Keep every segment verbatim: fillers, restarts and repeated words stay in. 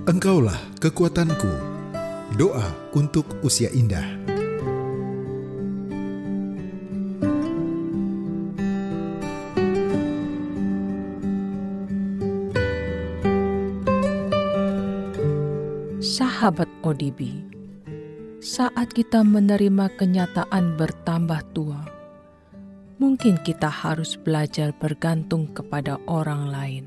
Engkaulah kekuatanku. Doa untuk usia indah. Sahabat O D B, saat kita menerima kenyataan bertambah tua, mungkin kita harus belajar bergantung kepada orang lain.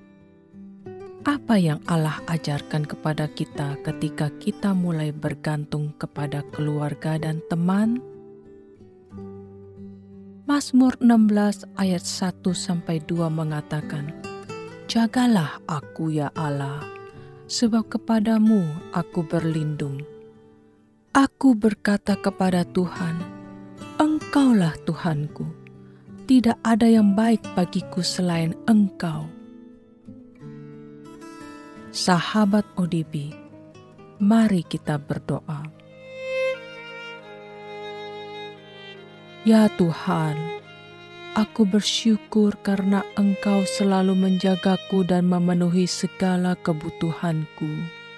Apa yang Allah ajarkan kepada kita ketika kita mulai bergantung kepada keluarga dan teman? Mazmur enam belas ayat satu sampai dua mengatakan, "Jagalah aku ya Allah, sebab kepadamu aku berlindung. Aku berkata kepada Tuhan, Engkaulah Tuhanku. Tidak ada yang baik bagiku selain Engkau." Sahabat O D B, mari kita berdoa. Ya Tuhan, aku bersyukur karena Engkau selalu menjagaku dan memenuhi segala kebutuhanku.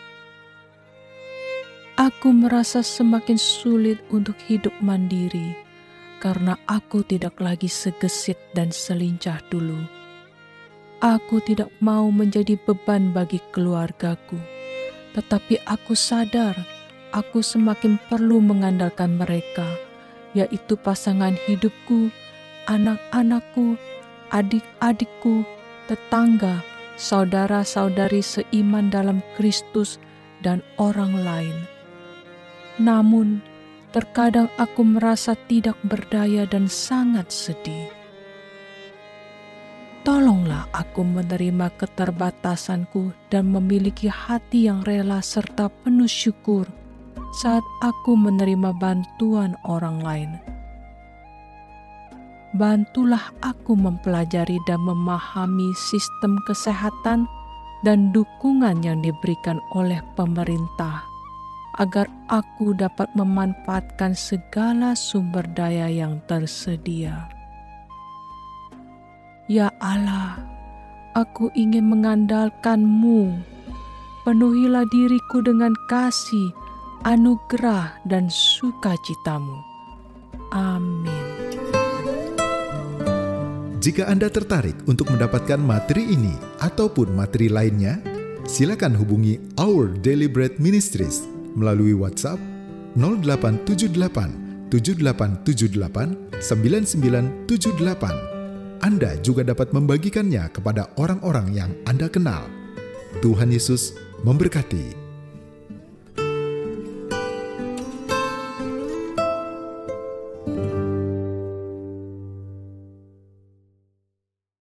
Aku merasa semakin sulit untuk hidup mandiri karena aku tidak lagi segesit dan selincah dulu. Aku tidak mau menjadi beban bagi keluargaku, tetapi aku sadar aku semakin perlu mengandalkan mereka, yaitu pasangan hidupku, anak-anakku, adik-adikku, tetangga, saudara-saudari seiman dalam Kristus, dan orang lain. Namun, terkadang aku merasa tidak berdaya dan sangat sedih. Tolonglah aku menerima keterbatasanku dan memiliki hati yang rela serta penuh syukur saat aku menerima bantuan orang lain. Bantulah aku mempelajari dan memahami sistem kesehatan dan dukungan yang diberikan oleh pemerintah, agar aku dapat memanfaatkan segala sumber daya yang tersedia. Ya Allah, aku ingin mengandalkan-Mu. Penuhilah diriku dengan kasih, anugerah, dan sukacita-Mu. Amin. Jika Anda tertarik untuk mendapatkan materi ini ataupun materi lainnya, silakan hubungi Our Daily Bread Ministries melalui WhatsApp nol delapan tujuh delapan tujuh delapan tujuh delapan sembilan sembilan tujuh delapan. Anda juga dapat membagikannya kepada orang-orang yang Anda kenal. Tuhan Yesus memberkati.